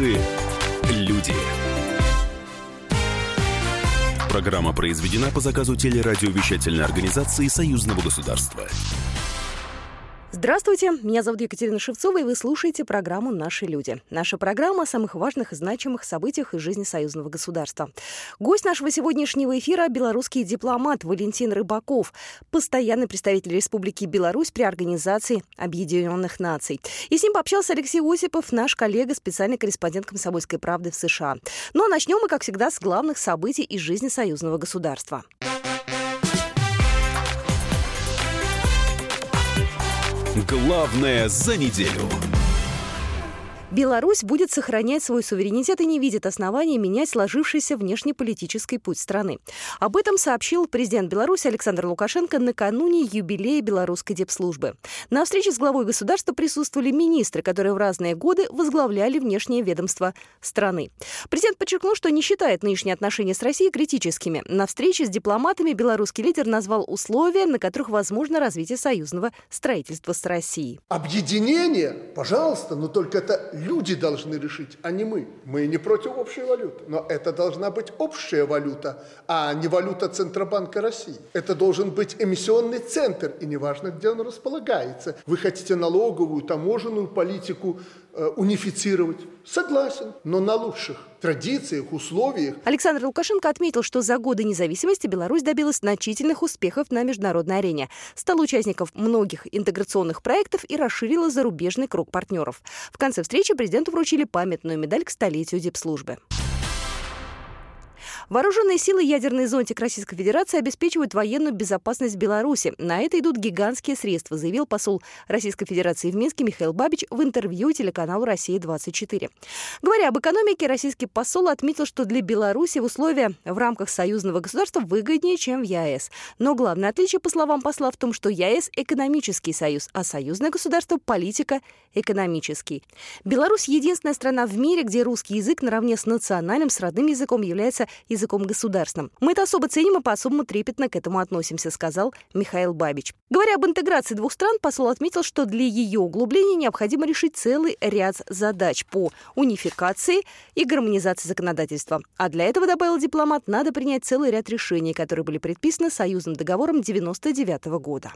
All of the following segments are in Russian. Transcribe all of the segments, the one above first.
Наши люди. Программа произведена по заказу телерадиовещательной организации Союзного государства. Здравствуйте, меня зовут Екатерина Шевцова, и вы слушаете программу «Наши люди». Наша программа о самых важных и значимых событиях из жизни союзного государства. Гость нашего сегодняшнего эфира – белорусский дипломат Валентин Рыбаков, постоянный представитель Республики Беларусь при Организации Объединенных Наций. И с ним пообщался Алексей Осипов, наш коллега, специальный корреспондент «Комсомольской правды» в США. Ну а начнем мы, как всегда, с главных событий из жизни союзного государства. Главное за неделю. Беларусь будет сохранять свой суверенитет и не видит оснований менять сложившийся внешнеполитический путь страны. Об этом сообщил президент Беларуси Александр Лукашенко накануне юбилея белорусской дипслужбы. На встрече с главой государства присутствовали министры, которые в разные годы возглавляли внешнее ведомство страны. Президент подчеркнул, что не считает нынешние отношения с Россией критическими. На встрече с дипломатами белорусский лидер назвал условия, на которых возможно развитие союзного строительства с Россией. Объединение, пожалуйста, но только это люди должны решить, а не мы. Мы не против общей валюты, но это должна быть общая валюта, а не валюта Центробанка России. Это должен быть эмиссионный центр, и неважно, где он располагается. Вы хотите налоговую, таможенную политику унифицировать? Согласен, но на лучших традициях, условиях. Александр Лукашенко отметил, что за годы независимости Беларусь добилась значительных успехов на международной арене, стала участником многих интеграционных проектов и расширила зарубежный круг партнеров. В конце встречи президенту вручили памятную медаль к столетию дипслужбы. Вооруженные силы «Ядерный зонтик» Российской Федерации обеспечивают военную безопасность Беларуси. На это идут гигантские средства, заявил посол Российской Федерации в Минске Михаил Бабич в интервью телеканалу «Россия-24». Говоря об экономике, российский посол отметил, что для Беларуси условия в рамках союзного государства выгоднее, чем в ЕАЭС. Но главное отличие, по словам посла, в том, что ЕАЭС – экономический союз, а союзное государство – политико-экономический. Беларусь – единственная страна в мире, где русский язык наравне с национальным, с родным языком является языком государственным. Мы это особо ценим и по-особому трепетно к этому относимся, сказал Михаил Бабич. Говоря об интеграции двух стран, посол отметил, что для ее углубления необходимо решить целый ряд задач по унификации и гармонизации законодательства. А для этого, добавил дипломат, надо принять целый ряд решений, которые были предписаны союзным договором 1999 года.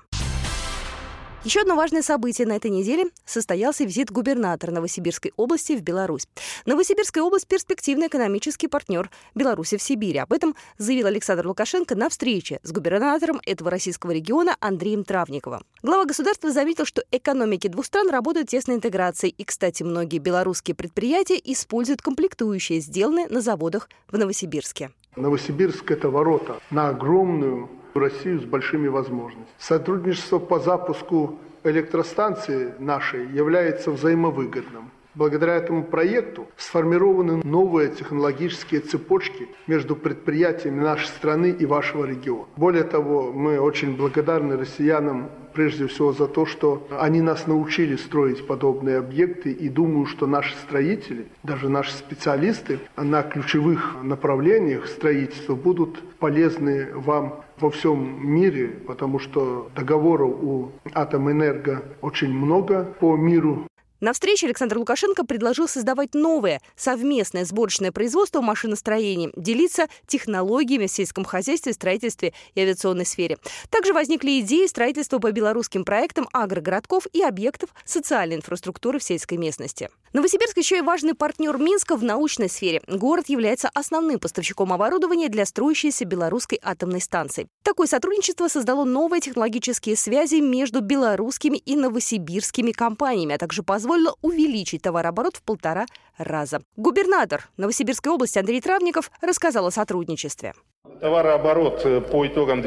Еще одно важное событие на этой неделе – состоялся визит губернатора Новосибирской области в Беларусь. Новосибирская область – перспективный экономический партнер Беларуси в Сибири. Об этом заявил Александр Лукашенко на встрече с губернатором этого российского региона Андреем Травниковым. Глава государства заметил, что экономики двух стран работают в тесной интеграции. И, кстати, многие белорусские предприятия используют комплектующие, сделанные на заводах в Новосибирске. Новосибирск – это ворота на огромную Россию с большими возможностями. Сотрудничество по запуску электростанции нашей является взаимовыгодным. Благодаря этому проекту сформированы новые технологические цепочки между предприятиями нашей страны и вашего региона. Более того, мы очень благодарны россиянам прежде всего за то, что они нас научили строить подобные объекты, и думаю, что наши строители, даже наши специалисты на ключевых направлениях строительства будут полезны вам во всем мире, потому что договоров у Атомэнерго очень много по миру. На встрече Александр Лукашенко предложил создавать новое совместное сборочное производство машиностроения, делиться технологиями в сельском хозяйстве, строительстве и авиационной сфере. Также возникли идеи строительства по белорусским проектам агрогородков и объектов социальной инфраструктуры в сельской местности. Новосибирск еще и важный партнер Минска в научной сфере. Город является основным поставщиком оборудования для строящейся белорусской атомной станции. Такое сотрудничество создало новые технологические связи между белорусскими и новосибирскими компаниями, а также позволило увеличить товарооборот в 1,5 раза. Губернатор Новосибирской области Андрей Травников рассказал о сотрудничестве. Товарооборот по итогам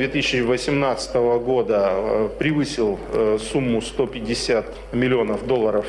2018 года превысил сумму $150 миллионов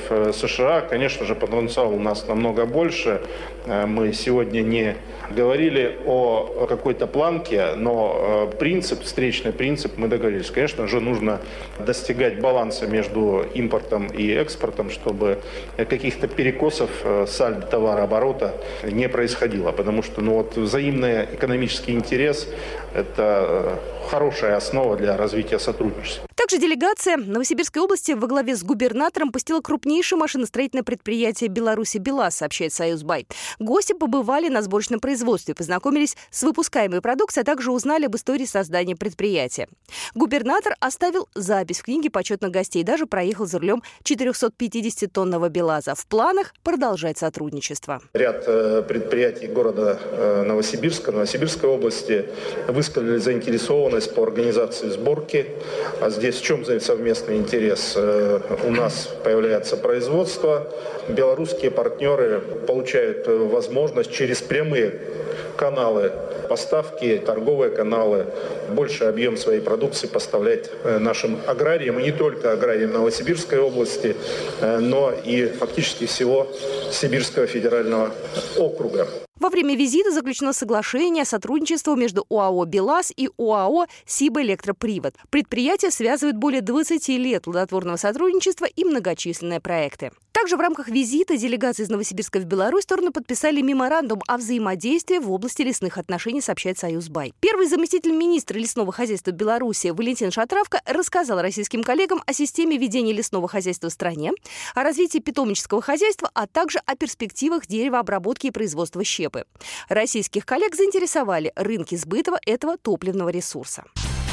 США. Конечно же, потенциал у нас намного больше. Мы сегодня не говорили о какой-то планке, но встречный принцип мы договорились. Конечно же, нужно достигать баланса между импортом и экспортом, чтобы каких-то перекосов сальдо товарооборота не происходило. Потому что взаимный экономический интерес – это хорошая основа для развития сотрудничества. Так Тут же делегация Новосибирской области во главе с губернатором посетила крупнейшее машиностроительное предприятие Беларуси БелАЗ, сообщает «Союзбай». Гости побывали на сборочном производстве, познакомились с выпускаемой продукцией, а также узнали об истории создания предприятия. Губернатор оставил запись в книге почетных гостей, даже проехал за рулем 450-тонного БелАЗа. В планах продолжать сотрудничество. Ряд предприятий города Новосибирска, Новосибирской области высказали заинтересованность по организации сборки. А здесь в чем совместный интерес? У нас появляется производство, белорусские партнеры получают возможность через прямые каналы поставки, торговые каналы, больший объем своей продукции поставлять нашим аграриям, и не только аграриям Новосибирской области, но и фактически всего Сибирского федерального округа. Во время визита заключено соглашение о сотрудничестве между ОАО «БелАЗ» и ОАО «Сибэлектропривод». Предприятия связывают более 20 лет плодотворного сотрудничества и многочисленные проекты. Также в рамках визита делегации из Новосибирска в Беларусь стороны подписали меморандум о взаимодействии в области лесных отношений, сообщает «Союзбай». Первый заместитель министра лесного хозяйства Беларуси Валентин Шатравка рассказал российским коллегам о системе ведения лесного хозяйства в стране, о развитии питомнического хозяйства, а также о перспективах деревообработки и производства щепы. Российских коллег заинтересовали рынки сбыта этого топливного ресурса.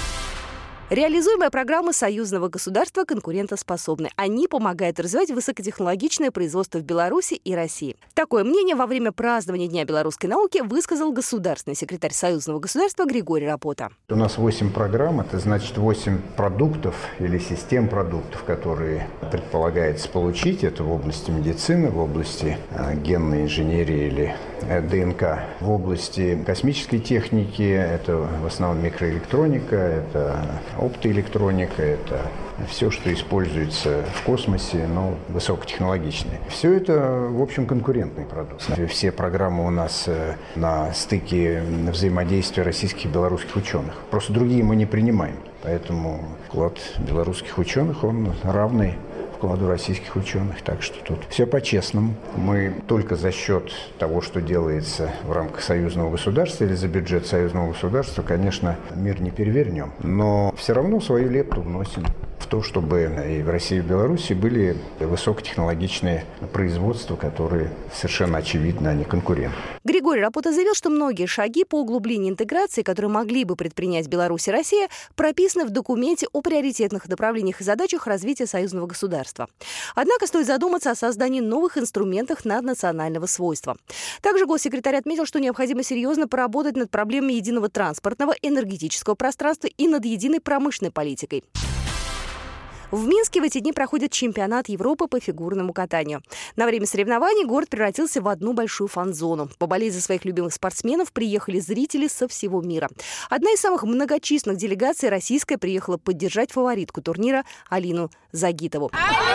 Реализуемая программа союзного государства конкурентоспособны. Они помогают развивать высокотехнологичное производство в Беларуси и России. Такое мнение во время празднования Дня белорусской науки высказал государственный секретарь союзного государства Григорий Рапота. У нас 8 программ, это значит 8 продуктов или систем продуктов, которые предполагается получить. Это в области медицины, в области генной инженерии или ДНК, в области космической техники, это в основном микроэлектроника, это оптоэлектроника, это все, что используется в космосе, но высокотехнологичное. Все это, в общем, конкурентный продукт. Все программы у нас на стыке взаимодействия российских и белорусских ученых. Просто другие мы не принимаем. Поэтому вклад белорусских ученых, он равный вкладу российских ученых. Так что тут все по-честному. Мы только за счет того, что делается в рамках союзного государства или за бюджет союзного государства, конечно, мир не перевернем. Но все равно свою лепту вносим в то, чтобы и в России, и в Беларуси были высокотехнологичные производства, которые совершенно очевидно, они конкуренты. Григорий Рапота заявил, что многие шаги по углублению интеграции, которые могли бы предпринять Беларусь и Россия, прописаны в документе о приоритетных направлениях и задачах развития союзного государства. Однако стоит задуматься о создании новых инструментов наднационального свойства. Также госсекретарь отметил, что необходимо серьезно поработать над проблемами единого транспортного, энергетического пространства и над единой промышленной политикой. В Минске в эти дни проходит чемпионат Европы по фигурному катанию. На время соревнований город превратился в одну большую фан-зону. Поболеть за своих любимых спортсменов приехали зрители со всего мира. Одна из самых многочисленных делегаций российская приехала поддержать фаворитку турнира Алину Загитову.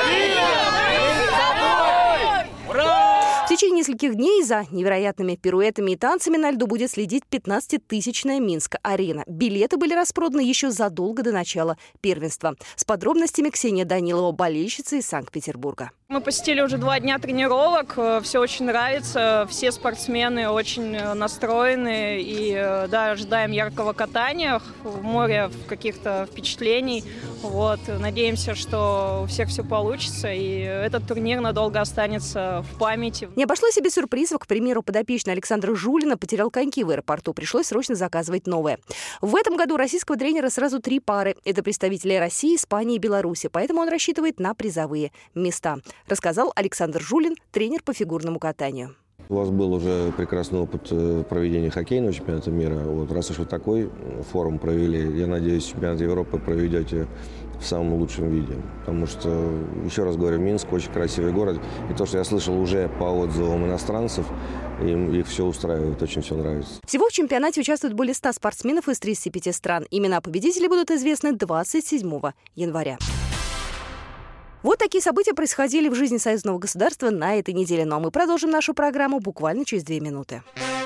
В течение нескольких дней за невероятными пируэтами и танцами на льду будет следить 15-тысячная Минск-арена. Билеты были распроданы еще задолго до начала первенства. С подробностями Ксения Данилова, болельщица из Санкт-Петербурга. Мы посетили уже 2 дня тренировок, все очень нравится, все спортсмены очень настроены и да, ожидаем яркого катания, в море каких-то впечатлений. Надеемся, что у всех все получится и этот турнир надолго останется в памяти. Не обошлось и без сюрпризов. К примеру, подопечный Александра Жулина потерял коньки в аэропорту, пришлось срочно заказывать новые. В этом году у российского тренера сразу 3 пары. Это представители России, Испании и Беларуси, поэтому он рассчитывает на призовые места, рассказал Александр Жулин, тренер по фигурному катанию. У вас был уже прекрасный опыт проведения хоккейного чемпионата мира. Раз уж вы такой форум провели, я надеюсь, чемпионат Европы проведете в самом лучшем виде. Потому что, еще раз говорю, Минск очень красивый город. И то, что я слышал уже по отзывам иностранцев, их все устраивает, очень все нравится. Всего в чемпионате участвуют более 100 спортсменов из 35 стран. Имена победителей будут известны 27 января. Вот такие события происходили в жизни союзного государства на этой неделе. Ну а мы продолжим нашу программу буквально через 2 минуты.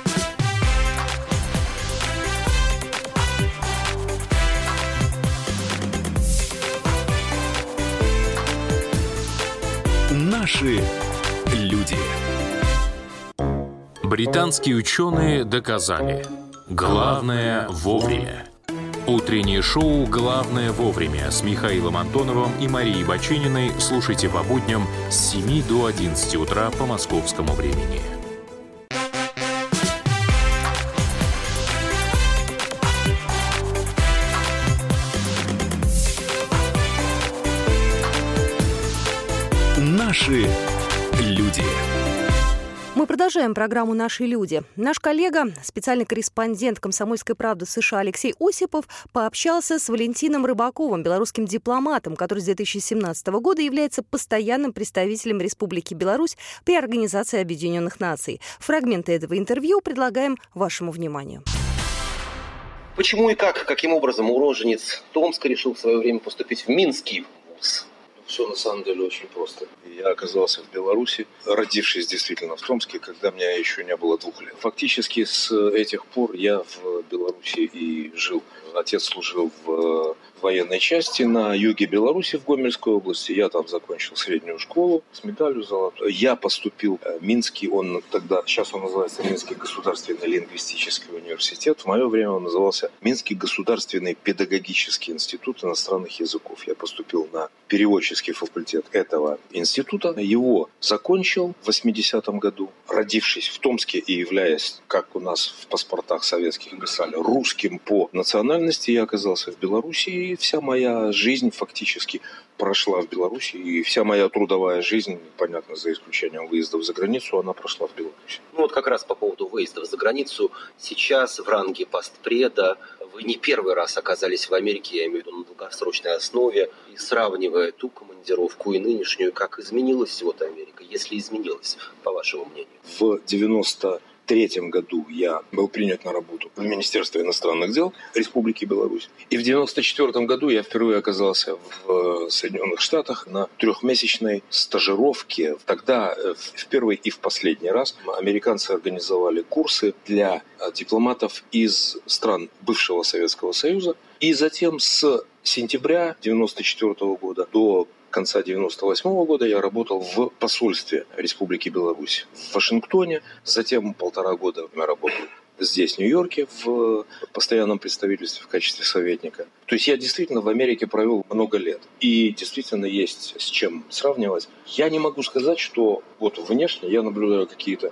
Наши люди. Британские ученые доказали: главное вовремя. Утреннее шоу «Главное вовремя» с Михаилом Антоновым и Марией Бачининой слушайте по будням с 7 до 11 утра по московскому времени. Наши люди. Мы продолжаем программу «Наши люди». Наш коллега, специальный корреспондент «Комсомольской правды» США Алексей Осипов пообщался с Валентином Рыбаковым, белорусским дипломатом, который с 2017 года является постоянным представителем Республики Беларусь при Организации Объединенных Наций. Фрагменты этого интервью предлагаем вашему вниманию. Почему и каким образом уроженец Томска решил в свое время поступить в Минский вуз? Все на самом деле очень просто. Я оказался в Беларуси, родившись действительно в Томске, когда мне еще не было 2 лет. Фактически с этих пор я в Беларуси и жил. Отец служил в военной части на юге Беларуси в Гомельской области. Я там закончил среднюю школу с медалью золотой. Я поступил в Минский, сейчас он называется Минский государственный лингвистический университет. В мое время он назывался Минский государственный педагогический институт иностранных языков. Я поступил на переводческий факультет этого института. Его закончил в 80-м году. Родившись в Томске и являясь, как у нас в паспортах советских писали, русским по национальности, я оказался в Беларуси. И вся моя жизнь фактически прошла в Беларуси. И вся моя трудовая жизнь, понятно, за исключением выездов за границу, она прошла в Беларуси. Вот как раз по поводу выездов за границу. Сейчас в ранге постпреда вы не первый раз оказались в Америке, я имею в виду на долгосрочной основе. И сравнивая ту командировку и нынешнюю, как изменилась всего-то Америка, если изменилась, по вашему мнению? В 1993 году я был принят на работу в Министерство иностранных дел Республики Беларусь. И в 1994 году я впервые оказался в Соединенных Штатах на 3-месячной стажировке. Тогда в первый и в последний раз американцы организовали курсы для дипломатов из стран бывшего Советского Союза. И затем с сентября 1994 года до конца 1998 года я работал в посольстве Республики Беларусь в Вашингтоне. Затем 1,5 года я работал здесь, в Нью-Йорке, в постоянном представительстве в качестве советника. То есть я действительно в Америке провел много лет. И действительно есть с чем сравнивать. Я не могу сказать, что вот внешне я наблюдаю какие-то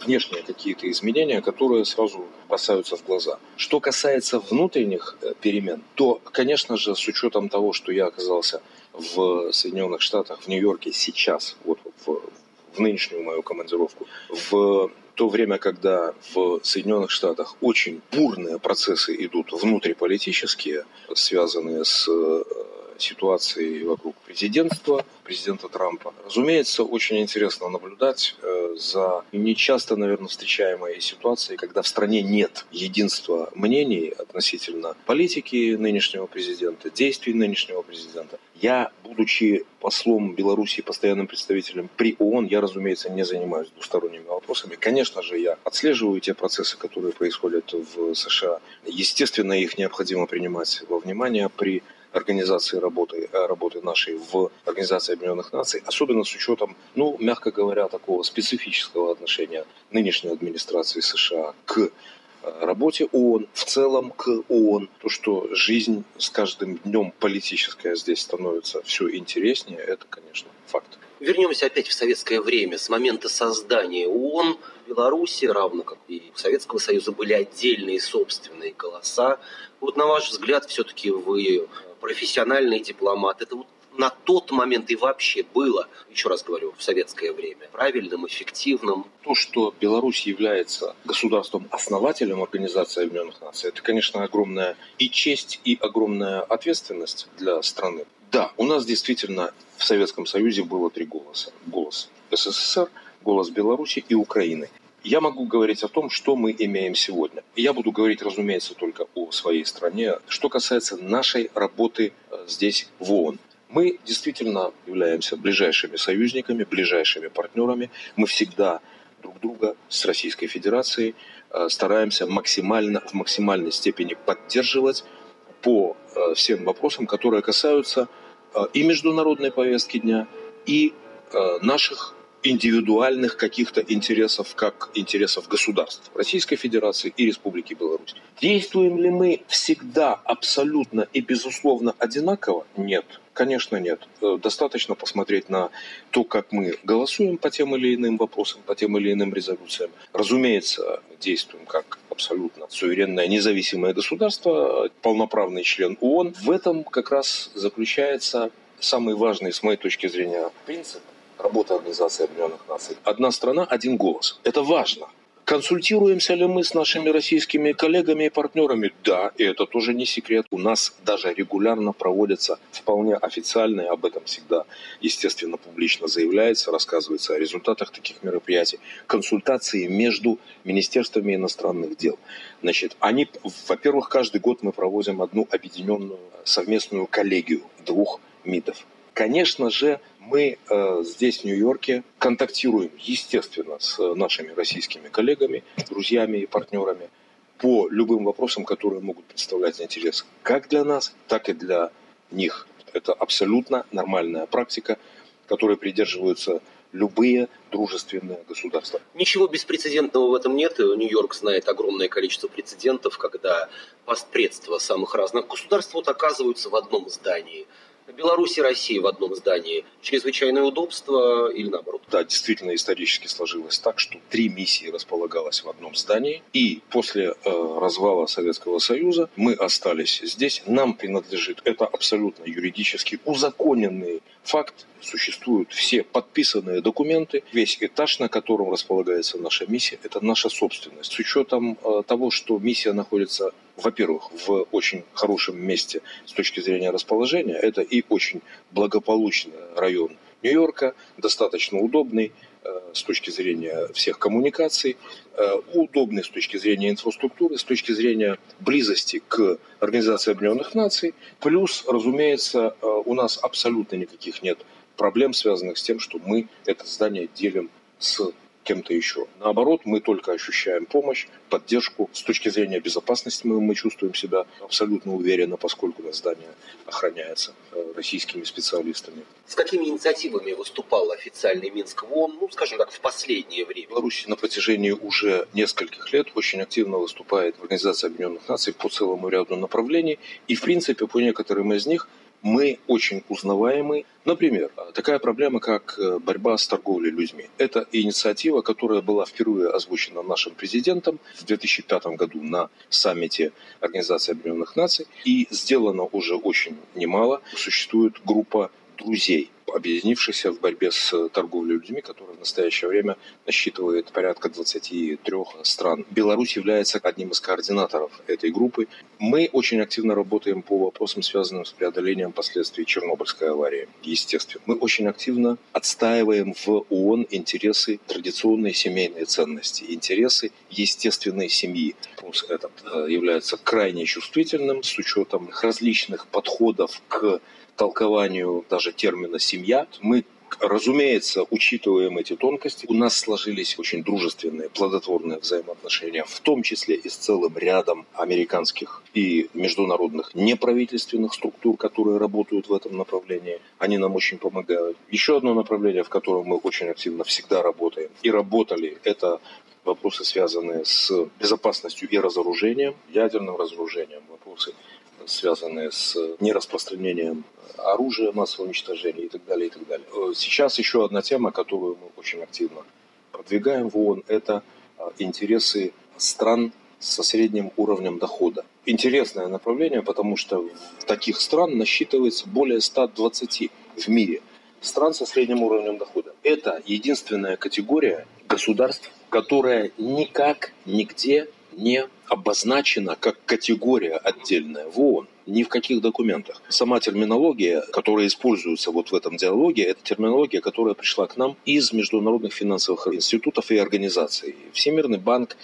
изменения, которые сразу бросаются в глаза. Что касается внутренних перемен, то, конечно же, с учетом того, что я оказался в Соединенных Штатах, в Нью-Йорке сейчас, вот в нынешнюю мою командировку, в то время, когда в Соединенных Штатах очень бурные процессы идут внутриполитические, связанные с ситуацией вокруг президента Трампа. Разумеется, очень интересно наблюдать за нечасто, наверное, встречаемой ситуацией, когда в стране нет единства мнений относительно политики нынешнего президента, действий нынешнего президента. Я, будучи послом Беларуси и постоянным представителем при ООН, я, разумеется, не занимаюсь двусторонними вопросами. Конечно же, я отслеживаю те процессы, которые происходят в США. Естественно, их необходимо принимать во внимание при организации работы нашей в Организации Объединенных Наций, особенно с учетом, мягко говоря, такого специфического отношения нынешней администрации США к работе ООН, в целом к ООН. То, что жизнь с каждым днем политическая здесь становится все интереснее, это, конечно, факт. Вернемся опять в советское время. С момента создания ООН в Беларуси, равно как и у Советского Союза, были отдельные собственные голоса. Вот на ваш взгляд, все-таки вы профессиональный дипломат. Это вот на тот момент и вообще было, еще раз говорю, в советское время, правильным, эффективным? То, что Беларусь является государством-основателем Организации Объединенных Наций, это, конечно, огромная и честь, и огромная ответственность для страны. Да, у нас действительно в Советском Союзе было 3 голоса. Голос СССР, голос Беларуси и Украины. Я могу говорить о том, что мы имеем сегодня. Я буду говорить, разумеется, только о своей стране. Что касается нашей работы здесь, в ООН. Мы действительно являемся ближайшими союзниками, ближайшими партнерами. Мы всегда друг друга с Российской Федерацией стараемся в максимальной степени поддерживать по всем вопросам, которые касаются и международной повестки дня, и наших индивидуальных каких-то интересов, как интересов государств Российской Федерации и Республики Беларусь. Действуем ли мы всегда абсолютно и безусловно одинаково? Нет. Конечно, нет. Достаточно посмотреть на то, как мы голосуем по тем или иным вопросам, по тем или иным резолюциям. Разумеется, действуем как абсолютно суверенное, независимое государство, полноправный член ООН. В этом как раз заключается самый важный, с моей точки зрения, принцип работы Организации Объединенных Наций. Одна страна, один голос. Это важно. Консультируемся ли мы с нашими российскими коллегами и партнерами? Да, и это тоже не секрет. У нас даже регулярно проводятся вполне официальные, об этом всегда, естественно, публично заявляется, рассказывается о результатах таких мероприятий, консультации между министерствами иностранных дел. Значит, во-первых, каждый год мы проводим одну объединенную совместную коллегию двух МИДов. Конечно же, мы здесь, в Нью-Йорке, контактируем, естественно, с нашими российскими коллегами, друзьями и партнерами по любым вопросам, которые могут представлять интерес как для нас, так и для них. Это абсолютно нормальная практика, которой придерживаются любые дружественные государства. Ничего беспрецедентного в этом нет. Нью-Йорк знает огромное количество прецедентов, когда постпредства самых разных государств оказываются в одном здании. Беларусь и Россия в одном здании. Чрезвычайное удобство или наоборот? Да, действительно исторически сложилось так, что 3 миссии располагалось в одном здании. И после развала Советского Союза мы остались здесь. Нам принадлежит, это абсолютно юридически узаконенный факт. Существуют все подписанные документы. Весь этаж, на котором располагается наша миссия, это наша собственность. С учетом того, что миссия находится, во-первых, в очень хорошем месте с точки зрения расположения, это и очень благополучный район Нью-Йорка, достаточно удобный с точки зрения всех коммуникаций, удобный с точки зрения инфраструктуры, с точки зрения близости к Организации Объединенных Наций. Плюс, разумеется, у нас абсолютно никаких нет проблем, связанных с тем, что мы это здание делим с кем-то еще. Наоборот, мы только ощущаем помощь, поддержку. С точки зрения безопасности мы чувствуем себя абсолютно уверенно, поскольку здание охраняется российскими специалистами. С какими инициативами выступал официальный Минск в ООН, скажем так, в последнее время? Беларусь на протяжении уже нескольких лет очень активно выступает в Организации Объединенных Наций по целому ряду направлений. И, в принципе, по некоторым из них мы очень узнаваемы. Например, такая проблема, как борьба с торговлей людьми. Это инициатива, которая была впервые озвучена нашим президентом в 2005 году на саммите Организации Объединенных Наций. И сделано уже очень немало. Существует группа друзей, объединившихся в борьбе с торговлей людьми, которая в настоящее время насчитывает порядка 23 стран. Беларусь является одним из координаторов этой группы. Мы очень активно работаем по вопросам, связанным с преодолением последствий Чернобыльской аварии, естественно. Мы очень активно отстаиваем в ООН интересы традиционной семейной ценности, интересы естественной семьи. Вопрос этот является крайне чувствительным с учетом различных подходов к толкованию даже термина «семья». Мы, разумеется, учитываем эти тонкости. У нас сложились очень дружественные, плодотворные взаимоотношения, в том числе и с целым рядом американских и международных неправительственных структур, которые работают в этом направлении. Они нам очень помогают. Еще одно направление, в котором мы очень активно всегда работаем и работали, это вопросы, связанные с безопасностью и разоружением, ядерным разоружением, вопросы, связанные с нераспространением оружия массового уничтожения и так далее, и так далее. Сейчас еще одна тема, которую мы очень активно продвигаем в ООН, это интересы стран со средним уровнем дохода. Интересное направление, потому что таких стран насчитывается более 120 в мире. Стран со средним уровнем дохода. Это единственная категория государств, которая никак, нигде не обозначена как категория отдельная в ООН, ни в каких документах. Сама терминология, которая используется вот в этом диалоге, это терминология, которая пришла к нам из международных финансовых институтов и организаций. Всемирный банк,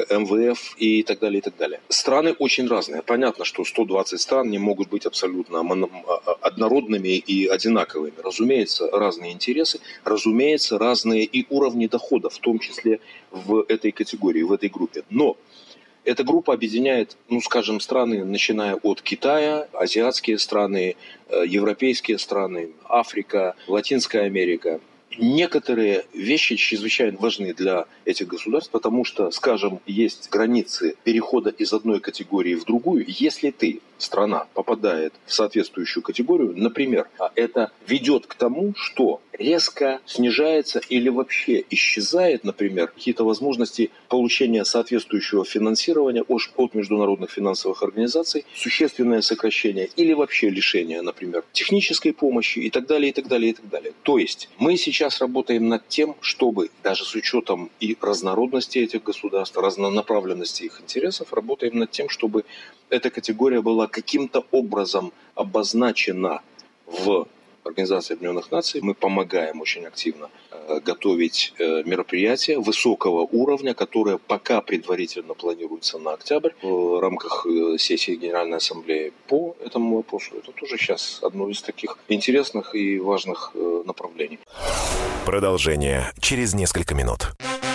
МВФ и так далее, и так далее. Страны очень разные. Понятно, что 120 стран не могут быть абсолютно однородными и одинаковыми. Разумеется, разные интересы, разумеется, разные и уровни дохода, в том числе в этой категории, в этой группе. Но эта группа объединяет, скажем, страны, начиная от Китая, азиатские страны, европейские страны, Африка, Латинская Америка некоторые вещи чрезвычайно важны для этих государств, потому что, скажем, есть границы перехода из одной категории в другую. Если страна попадает в соответствующую категорию, например, это ведет к тому, что резко снижается или вообще исчезает, например, какие-то возможности получения соответствующего финансирования от международных финансовых организаций, существенное сокращение или вообще лишение, например, технической помощи и так далее, и так далее, и так далее. То есть мы сейчас работаем над тем, чтобы даже с учетом и разнородности этих государств, разнонаправленности их интересов, работаем над тем, чтобы эта категория была каким-то образом обозначена в Организации Объединенных Наций. Мы помогаем очень активно готовить мероприятия высокого уровня, которые пока предварительно планируются на октябрь в рамках сессии Генеральной Ассамблеи по этому вопросу. Это тоже сейчас одно из таких интересных и важных направлений. Продолжение через несколько минут.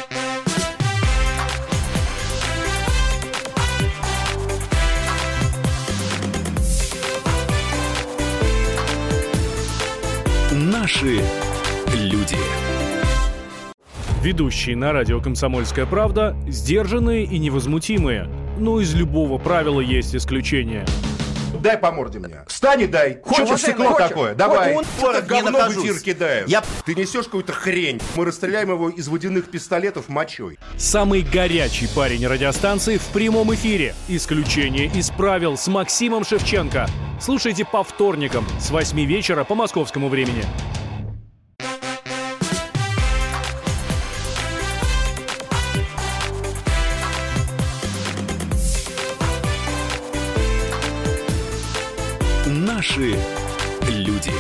Наши люди. Ведущие на радио «Комсомольская правда» сдержанные и невозмутимые. Но из любого правила есть исключение. Дай по морде мне. Встань и дай. Хочешь стекло такое? Давай. Это говно в эфир кидаешь. Ты несешь какую-то хрень. Мы расстреляем его из водяных пистолетов мочой. Самый горячий парень радиостанции в прямом эфире. Исключение из правил с Максимом Шевченко. Слушайте по вторникам с 8 вечера по московскому времени. Наши люди.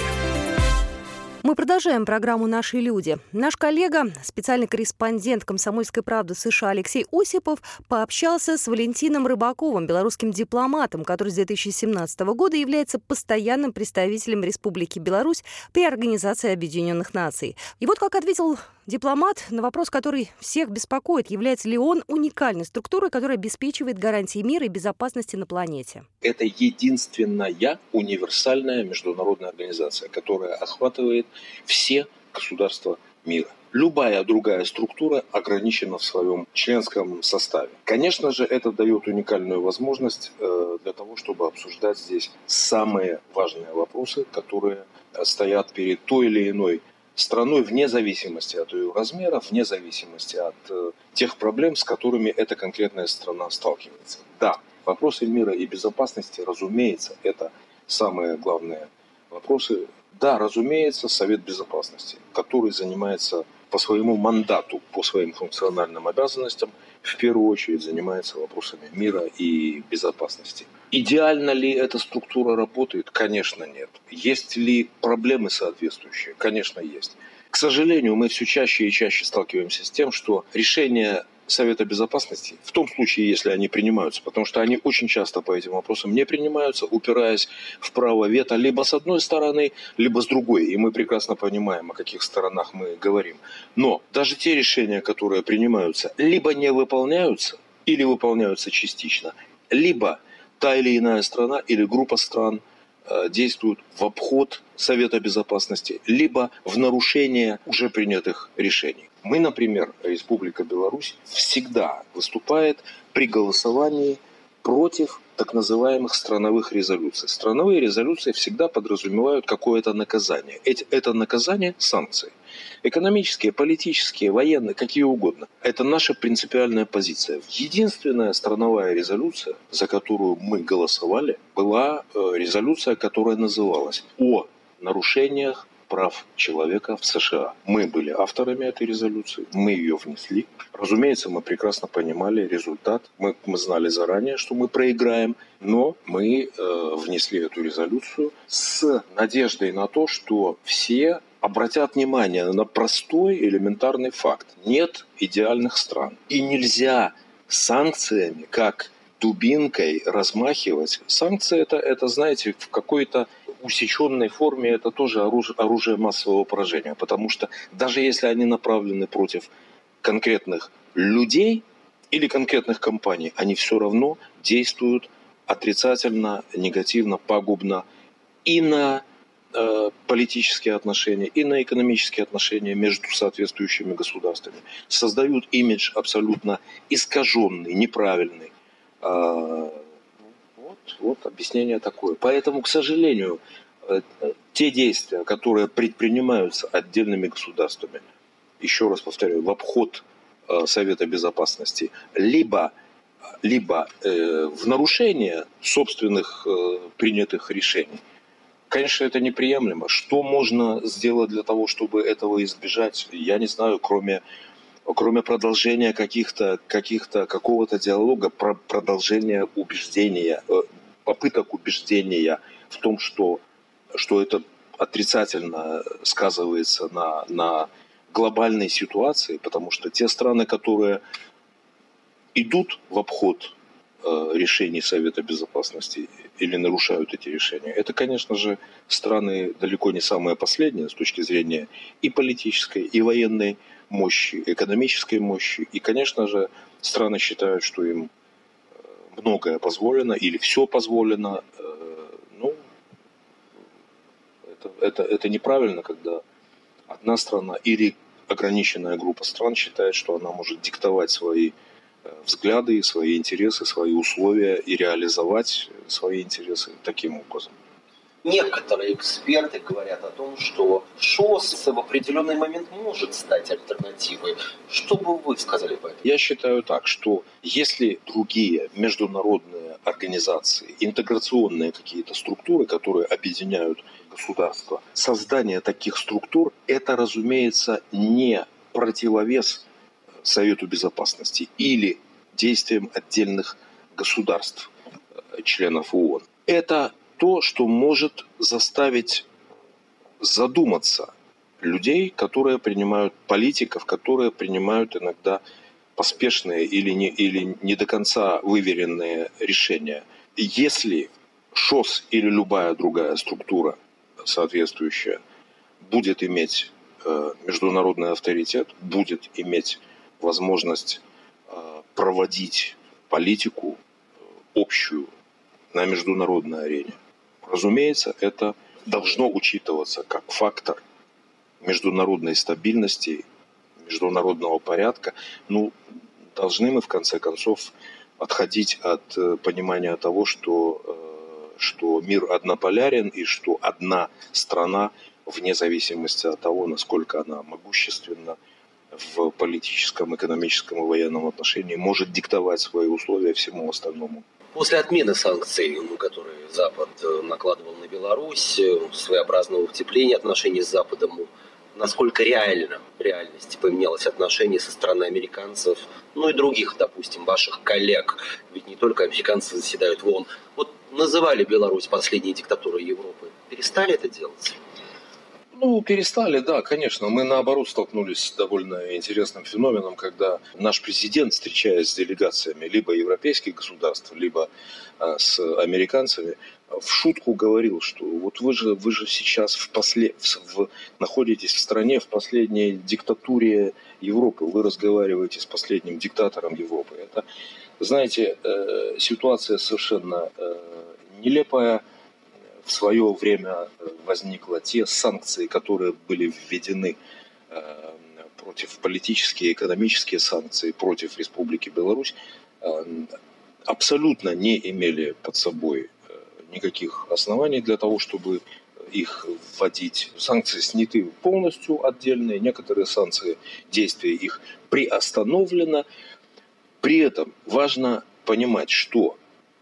Мы продолжаем программу «Наши люди». Наш коллега, специальный корреспондент «Комсомольской правды» США Алексей Осипов пообщался с Валентином Рыбаковым, белорусским дипломатом, который с 2017 года является постоянным представителем Республики Беларусь при Организации Объединенных Наций. И вот как ответил дипломат на вопрос, который всех беспокоит, является ли он уникальной структурой, которая обеспечивает гарантии мира и безопасности на планете. Это единственная универсальная международная организация, которая охватывает все государства мира. Любая другая структура ограничена в своем членском составе. Конечно же, это дает уникальную возможность для того, чтобы обсуждать здесь самые важные вопросы, которые стоят перед той или иной страной вне зависимости от ее размера, вне зависимости от тех проблем, с которыми эта конкретная страна сталкивается. Да, вопросы мира и безопасности, разумеется, это самые главные вопросы. Да, разумеется, Совет Безопасности, который занимается по своему мандату, по своим функциональным обязанностям, в первую очередь занимается вопросами мира и безопасности. Идеально ли эта структура работает? Конечно, нет. Есть ли проблемы соответствующие? Конечно, есть. К сожалению, мы все чаще и чаще сталкиваемся с тем, что решения Совета Безопасности, в том случае, если они принимаются, потому что они очень часто по этим вопросам не принимаются, упираясь в право вето либо с одной стороны, либо с другой. И мы прекрасно понимаем, о каких сторонах мы говорим. Но даже те решения, которые принимаются, либо не выполняются, или выполняются частично, либо та или иная страна или группа стран действуют в обход Совета Безопасности, либо в нарушение уже принятых решений. Мы, например, Республика Беларусь, всегда выступает при голосовании против так называемых страновых резолюций. Страновые резолюции всегда подразумевают какое-то наказание. Это наказание – санкции. Экономические, политические, военные, какие угодно. Это наша принципиальная позиция. Единственная страновая резолюция, за которую мы голосовали, была резолюция, которая называлась «О нарушениях прав человека в США». Мы были авторами этой резолюции, мы ее внесли. Разумеется, мы прекрасно понимали результат. Мы знали заранее, что мы проиграем, но мы внесли эту резолюцию с надеждой на то, что все обратят внимание на простой элементарный факт. Нет идеальных стран. И нельзя санкциями, как дубинкой, размахивать. Санкции это, знаете, в какой-то усеченной форме это тоже оружие массового поражения. Потому что даже если они направлены против конкретных людей или конкретных компаний, они все равно действуют отрицательно, негативно, пагубно и на политические отношения, и на экономические отношения между соответствующими государствами. Создают имидж абсолютно искаженный, неправильный. Вот объяснение такое. Поэтому, к сожалению, те действия, которые предпринимаются отдельными государствами, еще раз повторяю, в обход Совета Безопасности, либо в нарушение собственных принятых решений, конечно, это неприемлемо. Что можно сделать для того, чтобы этого избежать? Я не знаю, кроме продолжения какого-то диалога, продолжения убеждения, попыток убеждения в том, что это отрицательно сказывается на глобальной ситуации, потому что те страны, которые идут в обход решений Совета Безопасности или нарушают эти решения, это, конечно же, страны далеко не самые последние с точки зрения и политической, и военной мощи, экономической мощи. И, конечно же, страны считают, что им многое позволено или все позволено. Это неправильно, когда одна страна или ограниченная группа стран считает, что она может диктовать свои взгляды, свои интересы, свои условия и реализовать свои интересы таким образом. Некоторые эксперты говорят о том, что ШОС в определенный момент может стать альтернативой. Что бы вы сказали по этому? Я считаю так, что если другие международные организации, интеграционные какие-то структуры, которые объединяют государства, создание таких структур – это, разумеется, не противовес Совету Безопасности или действиям отдельных государств, членов ООН. Это то, что может заставить задуматься людей, которые принимают политиков, которые принимают иногда поспешные или не до конца выверенные решения. Если ШОС или любая другая структура соответствующая будет иметь международный авторитет, будет иметь возможность проводить политику общую на международной арене, разумеется, это должно учитываться как фактор международной стабильности, международного порядка. Должны мы в конце концов отходить от понимания того, что мир однополярен и что одна страна, вне зависимости от того, насколько она могущественна в политическом, экономическом и военном отношении, может диктовать свои условия всему остальному. После отмены санкций, которые Запад накладывал на Беларусь, своеобразного утепления отношений с Западом, насколько в реальности поменялось отношение со стороны американцев, и других, допустим, ваших коллег, ведь не только американцы заседают в ООН. Вот называли Беларусь последней диктатурой Европы. Перестали это делать? Перестали, да, конечно. Мы, наоборот, столкнулись с довольно интересным феноменом, когда наш президент, встречаясь с делегациями либо европейских государств, либо с американцами, в шутку говорил, что вот вы же сейчас находитесь в стране в последней диктатуре Европы, вы разговариваете с последним диктатором Европы. Это, знаете, ситуация совершенно нелепая. В свое время возникли те санкции, которые были введены против политические и экономические санкции против Республики Беларусь, абсолютно не имели под собой никаких оснований для того, чтобы их вводить. Санкции сняты полностью отдельные, некоторые санкции, действия их приостановлено. При этом важно понимать, что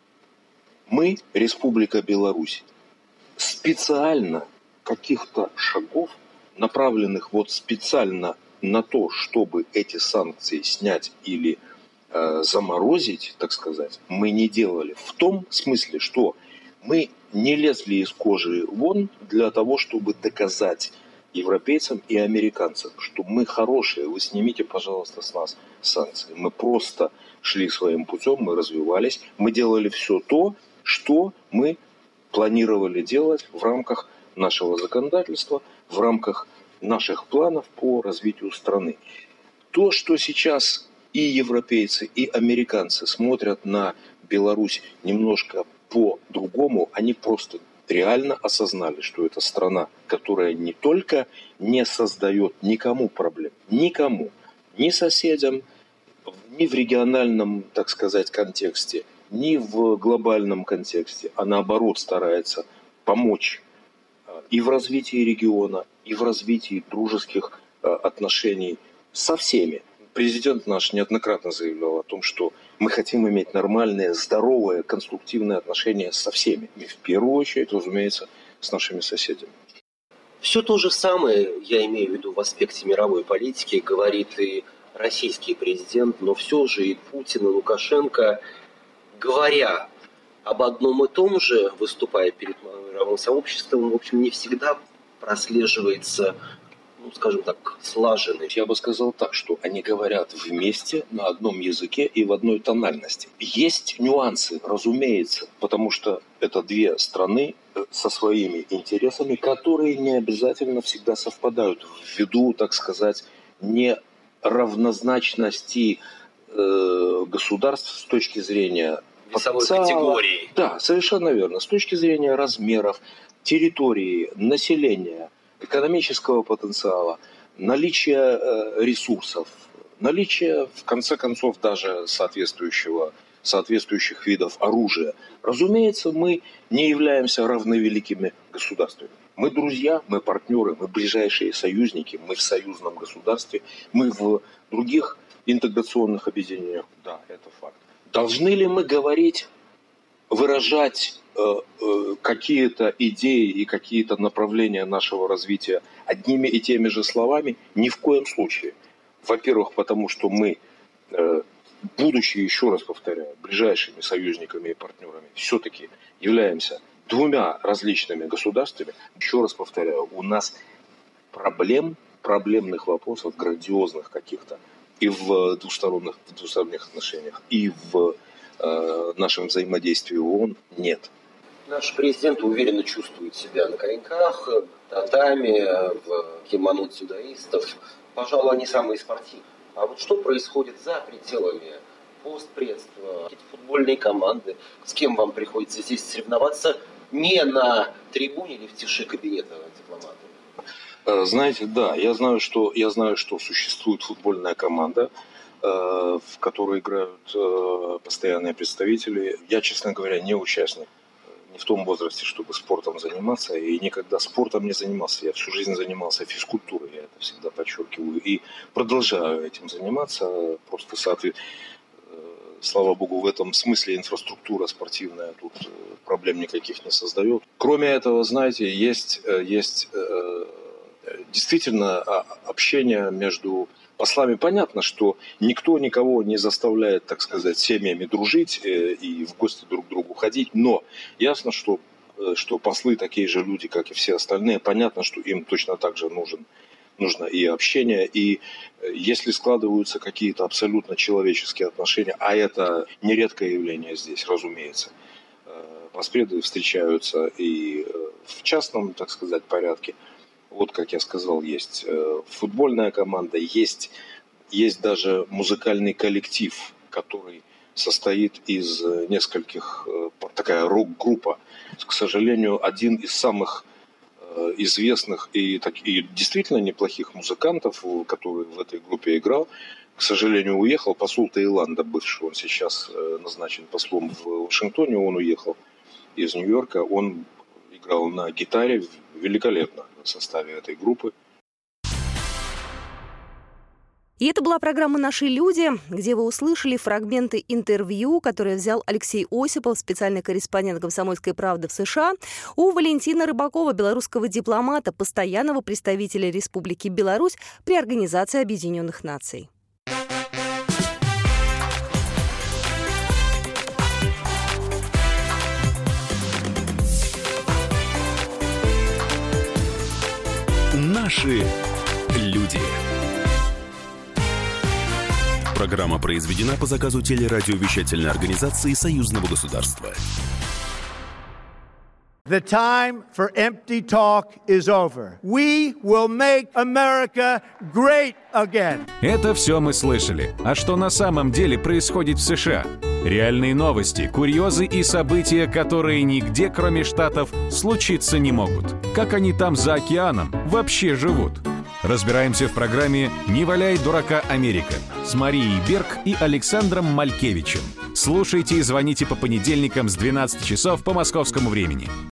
мы, Республика Беларусь, специально каких-то шагов, направленных специально на то, чтобы эти санкции снять или заморозить, так сказать, мы не делали. В том смысле, что мы не лезли из кожи вон для того, чтобы доказать европейцам и американцам, что мы хорошие, вы снимите, пожалуйста, с нас санкции. Мы просто шли своим путем, мы развивались, мы делали все то, что мы планировали делать в рамках нашего законодательства, в рамках наших планов по развитию страны. То, что сейчас и европейцы, и американцы смотрят на Беларусь немножко по-другому, они просто реально осознали, что это страна, которая не только не создает никому проблем, никому, ни соседям, ни в региональном, так сказать, контексте, ни в глобальном контексте, а наоборот старается помочь и в развитии региона, и в развитии дружеских отношений со всеми. Президент наш неоднократно заявлял о том, что мы хотим иметь нормальные, здоровые, конструктивные отношения со всеми. И в первую очередь, разумеется, с нашими соседями. Все то же самое, я имею в виду в аспекте мировой политики, говорит и российский президент, но все же и Путин, и Лукашенко, говоря об одном и том же, выступая перед мировым сообществом, в общем, не всегда прослеживается, скажем так, слаженность. Я бы сказал так, что они говорят вместе на одном языке и в одной тональности. Есть нюансы, разумеется, потому что это две страны со своими интересами, которые не обязательно всегда совпадают ввиду, так сказать, неравнозначности государств с точки зрения весовой категории. Да, совершенно верно. С точки зрения размеров, территории, населения, экономического потенциала, наличия ресурсов, наличия, в конце концов, даже соответствующих видов оружия. Разумеется, мы не являемся равновеликими государствами. Мы друзья, мы партнеры, мы ближайшие союзники, мы в союзном государстве, мы в других интеграционных объединениях. Да, это факт. Должны ли мы говорить, выражать какие-то идеи и какие-то направления нашего развития одними и теми же словами? Ни в коем случае. Во-первых, потому что мы, будучи, еще раз повторяю, ближайшими союзниками и партнерами, все-таки являемся двумя различными государствами. Еще раз повторяю, у нас проблемных вопросов, грандиозных каких-то, и в двусторонних отношениях, и в нашем взаимодействии в ООН нет. Наш президент уверенно чувствует себя на коньках, татами, в кимоно дзюдоистов. Пожалуй, они самые спортивные. А вот что происходит за пределами постпредства, какие-то футбольные команды? С кем вам приходится здесь соревноваться не на трибуне или в тиши кабинета дипломата? Знаете, да, я знаю, что существует футбольная команда, в которой играют постоянные представители. Я, честно говоря, не участник, не в том возрасте, чтобы спортом заниматься, и никогда спортом не занимался. Я всю жизнь занимался физкультурой, я это всегда подчеркиваю, и продолжаю этим заниматься. Просто, слава богу, в этом смысле инфраструктура спортивная тут проблем никаких не создает. Кроме этого, знаете, есть действительно общение между послами. Понятно, что никто никого не заставляет, так сказать, семьями дружить и в гости друг к другу ходить, но ясно, что послы такие же люди, как и все остальные. Понятно, что им точно так же нужно и общение, и если складываются какие-то абсолютно человеческие отношения, а это нередкое явление здесь, разумеется, поспреды встречаются и в частном, так сказать, порядке. Вот, как я сказал, есть футбольная команда, есть даже музыкальный коллектив, который состоит из нескольких, такая рок-группа. К сожалению, один из самых известных и действительно неплохих музыкантов, который в этой группе играл, к сожалению, уехал. Посол Таиланда бывший, он сейчас назначен послом в Вашингтоне, он уехал из Нью-Йорка, он играл на гитаре великолепно в составе этой группы. И это была программа «Наши люди», где вы услышали фрагменты интервью, которые взял Алексей Осипов, специальный корреспондент «Комсомольской правды» в США, у Валентина Рыбакова, белорусского дипломата, постоянного представителя Республики Беларусь при Организации Объединенных Наций. Наши люди. Программа произведена по заказу телерадиовещательной организации Союзного государства. The time for empty talk is over. We will make America great again. Это все мы слышали. А что на самом деле происходит в США? Реальные новости, курьезы и события, которые нигде, кроме Штатов, случиться не могут. Как они там за океаном вообще живут? Разбираемся в программе «Не валяй дурака, Америка» с Марией Берг и Александром Малькевичем. Слушайте и звоните по понедельникам с 12 часов по московскому времени.